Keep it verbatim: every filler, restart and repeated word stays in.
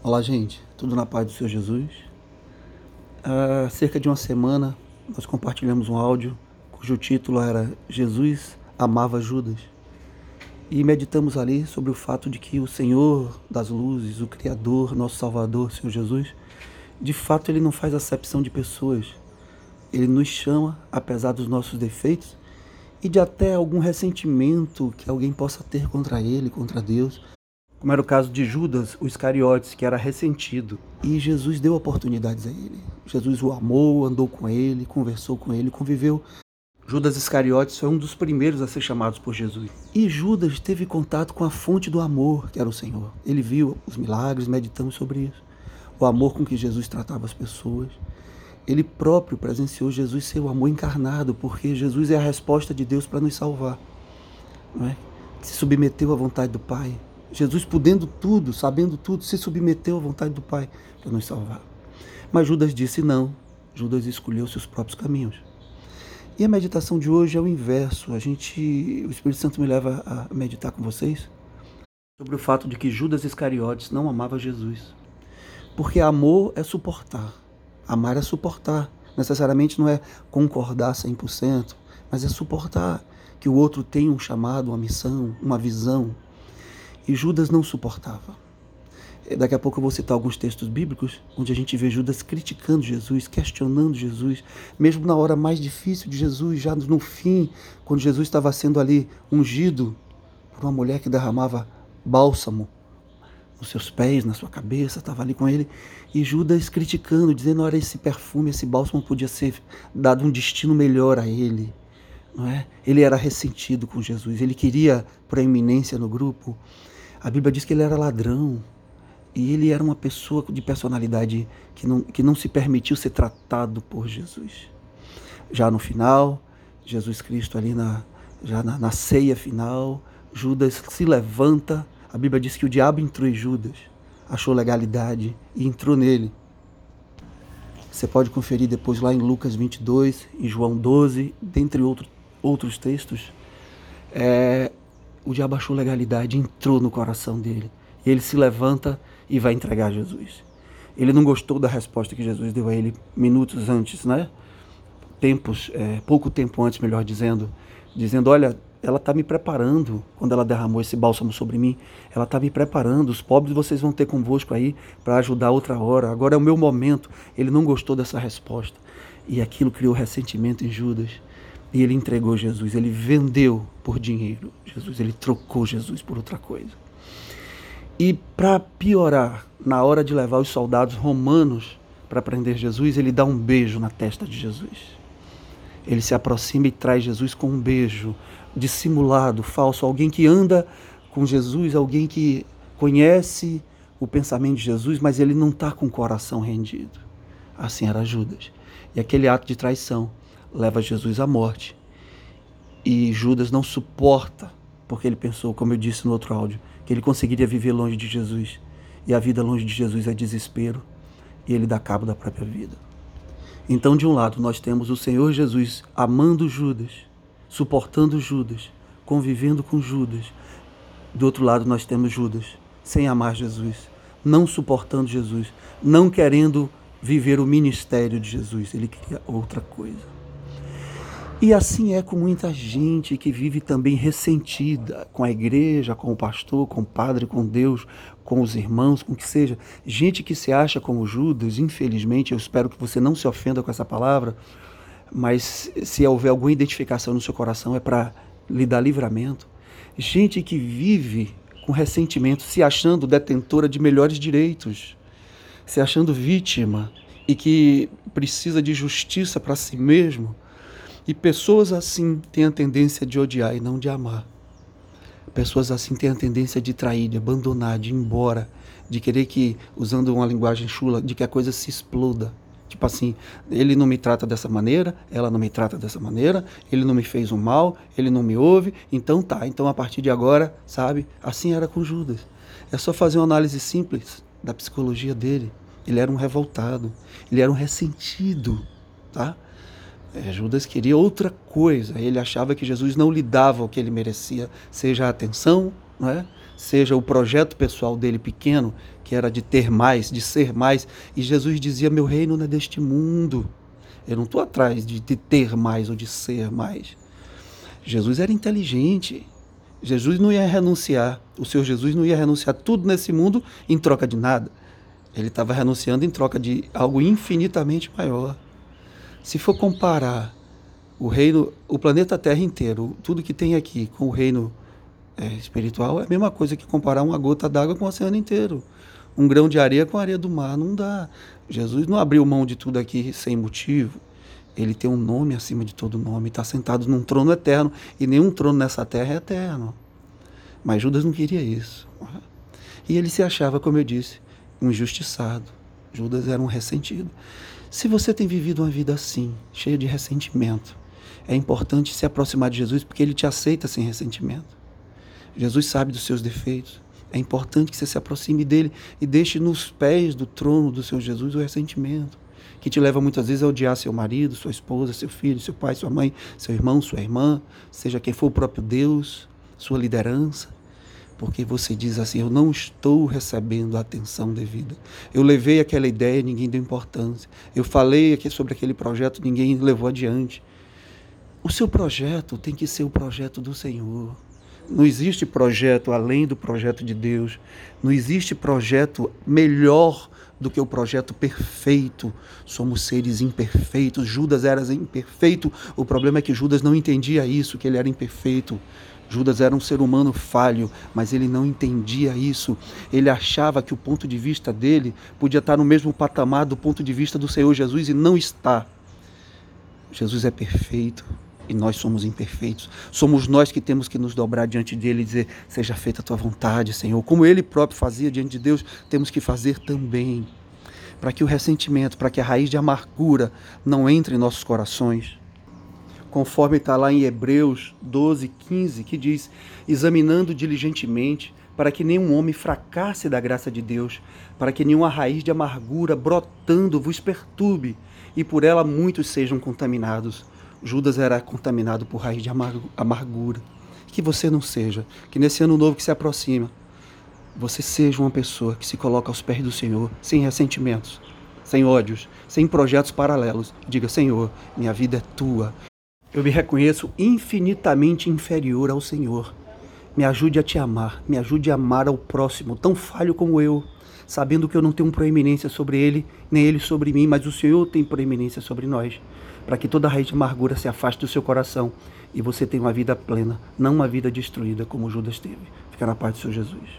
Olá, gente. Tudo na paz do Senhor Jesus? Há cerca de uma semana, nós compartilhamos um áudio cujo título era Jesus amava Judas. E meditamos ali sobre o fato de que o Senhor das luzes, o Criador, nosso Salvador, Senhor Jesus, de fato ele não faz acepção de pessoas. Ele nos chama, apesar dos nossos defeitos, e de até algum ressentimento que alguém possa ter contra ele, contra Deus, como era o caso de Judas, o Iscariotes, que era ressentido. E Jesus deu oportunidades a ele. Jesus o amou, andou com ele, conversou com ele, conviveu. Judas Iscariotes foi um dos primeiros a ser chamados por Jesus. E Judas teve contato com a fonte do amor, que era o Senhor. Ele viu os milagres, meditamos sobre isso. O amor com que Jesus tratava as pessoas. Ele próprio presenciou Jesus ser o amor encarnado, porque Jesus é a resposta de Deus para nos salvar. Não é? Se submeteu à vontade do Pai. Jesus, podendo tudo, sabendo tudo, se submeteu à vontade do Pai para nos salvar. Mas Judas disse não. Judas escolheu seus próprios caminhos. E a meditação de hoje é o inverso. A gente, o Espírito Santo me leva a meditar com vocês sobre o fato de que Judas Iscariotes não amava Jesus. Porque amor é suportar. Amar é suportar. Necessariamente não é concordar cem por cento, mas é suportar que o outro tenha um chamado, uma missão, uma visão. E Judas não suportava. Daqui a pouco eu vou citar alguns textos bíblicos onde a gente vê Judas criticando Jesus, questionando Jesus, mesmo na hora mais difícil de Jesus, já no fim, quando Jesus estava sendo ali ungido por uma mulher que derramava bálsamo nos seus pés, na sua cabeça, estava ali com ele, e Judas criticando, dizendo, olha, esse perfume, esse bálsamo podia ser dado um destino melhor a ele. Não é? Ele era ressentido com Jesus, ele queria proeminência no grupo. A Bíblia diz que ele era ladrão e ele era uma pessoa de personalidade que não, que não se permitiu ser tratado por Jesus. Já no final, Jesus Cristo ali na, já na, na ceia final, Judas se levanta. A Bíblia diz que o diabo entrou em Judas, achou legalidade e entrou nele. Você pode conferir depois lá em Lucas vinte e dois, em João doze, dentre outro, outros textos. É, o diabo achou legalidade, entrou no coração dele. E ele se levanta e vai entregar Jesus. Ele não gostou da resposta que Jesus deu a ele minutos antes, né? Tempos, é, pouco tempo antes, melhor dizendo. Dizendo, olha, ela está me preparando, quando ela derramou esse bálsamo sobre mim, ela está me preparando, os pobres vocês vão ter convosco aí para ajudar outra hora, agora é o meu momento. Ele não gostou dessa resposta. E aquilo criou ressentimento em Judas. E ele entregou Jesus, ele vendeu por dinheiro Jesus, ele trocou Jesus por outra coisa. E para piorar, na hora de levar os soldados romanos para prender Jesus, ele dá um beijo na testa de Jesus. Ele se aproxima e traz Jesus com um beijo dissimulado, falso, alguém que anda com Jesus, alguém que conhece o pensamento de Jesus, mas ele não está com o coração rendido. Assim era Judas. E aquele ato de traição leva Jesus à morte. E Judas não suporta, porque ele pensou, como eu disse no outro áudio, que ele conseguiria viver longe de Jesus. E a vida longe de Jesus é desespero, e ele dá cabo da própria vida. Então, de um lado, nós temos o Senhor Jesus amando Judas, suportando Judas, convivendo com Judas. Do outro lado, nós temos Judas sem amar Jesus, não suportando Jesus, não querendo viver o ministério de Jesus. Ele queria outra coisa. E assim é com muita gente que vive também ressentida com a igreja, com o pastor, com o padre, com Deus, com os irmãos, com o que seja. Gente que se acha como Judas, infelizmente, eu espero que você não se ofenda com essa palavra, mas se houver alguma identificação no seu coração é para lhe dar livramento. Gente que vive com ressentimento, se achando detentora de melhores direitos, se achando vítima e que precisa de justiça para si mesmo. E pessoas assim têm a tendência de odiar e não de amar. Pessoas assim têm a tendência de trair, de abandonar, de ir embora, de querer que, usando uma linguagem chula, de que a coisa se exploda. Tipo assim, ele não me trata dessa maneira, ela não me trata dessa maneira, ele não me fez um mal, ele não me ouve, então tá, então a partir de agora, sabe? Assim era com Judas. É só fazer uma análise simples da psicologia dele. Ele era um revoltado, ele era um ressentido, tá? É, Judas queria outra coisa, ele achava que Jesus não lhe dava o que ele merecia, seja a atenção, não é? seja o projeto pessoal dele pequeno, que era de ter mais, de ser mais, e Jesus dizia, meu reino não é deste mundo. Eu não estou atrás de, de ter mais ou de ser mais. Jesus era inteligente. Jesus não ia renunciar, o Senhor Jesus não ia renunciar tudo nesse mundo em troca de nada. Ele estava renunciando em troca de algo infinitamente maior. Se for comparar o reino, o planeta Terra inteiro, tudo que tem aqui com o reino é, espiritual, é a mesma coisa que comparar uma gota d'água com o oceano inteiro. Um grão de areia com a areia do mar, não dá. Jesus não abriu mão de tudo aqui sem motivo. Ele tem um nome acima de todo nome, está sentado num trono eterno, e nenhum trono nessa terra é eterno. Mas Judas não queria isso. E ele se achava, como eu disse, um injustiçado. Judas era um ressentido. Se você tem vivido uma vida assim, cheia de ressentimento, é importante se aproximar de Jesus, porque ele te aceita sem ressentimento. Jesus sabe dos seus defeitos. É importante que você se aproxime dele e deixe nos pés do trono do seu Jesus o ressentimento, que te leva muitas vezes a odiar seu marido, sua esposa, seu filho, seu pai, sua mãe, seu irmão, sua irmã, seja quem for, o próprio Deus, sua liderança, porque você diz assim, eu não estou recebendo a atenção devida. Eu levei aquela ideia, ninguém deu importância. Eu falei aqui sobre aquele projeto, ninguém levou adiante. O seu projeto tem que ser o projeto do Senhor. Não existe projeto além do projeto de Deus. Não existe projeto melhor do que o projeto perfeito. Somos seres imperfeitos. Judas era imperfeito. O problema é que Judas não entendia isso, que ele era imperfeito. Judas era um ser humano falho, mas ele não entendia isso. Ele achava que o ponto de vista dele podia estar no mesmo patamar do ponto de vista do Senhor Jesus, e não está. Jesus é perfeito. E nós somos imperfeitos. Somos nós que temos que nos dobrar diante dele e dizer, seja feita a tua vontade, Senhor. Como ele próprio fazia diante de Deus, temos que fazer também. Para que o ressentimento, para que a raiz de amargura não entre em nossos corações. Conforme está lá em Hebreus doze, quinze, que diz, examinando diligentemente, para que nenhum homem fracasse da graça de Deus, para que nenhuma raiz de amargura brotando vos perturbe, e por ela muitos sejam contaminados. Judas era contaminado por raiz de amargura. Que você não seja, que nesse ano novo que se aproxima, você seja uma pessoa que se coloca aos pés do Senhor, sem ressentimentos, sem ódios, sem projetos paralelos. Diga, Senhor, minha vida é tua. Eu me reconheço infinitamente inferior ao Senhor. Me ajude a te amar, me ajude a amar ao próximo, tão falho como eu, sabendo que eu não tenho proeminência sobre ele, nem ele sobre mim, mas o Senhor tem proeminência sobre nós, para que toda raiz de amargura se afaste do seu coração e você tenha uma vida plena, não uma vida destruída como Judas teve. Fica na paz do Senhor Jesus.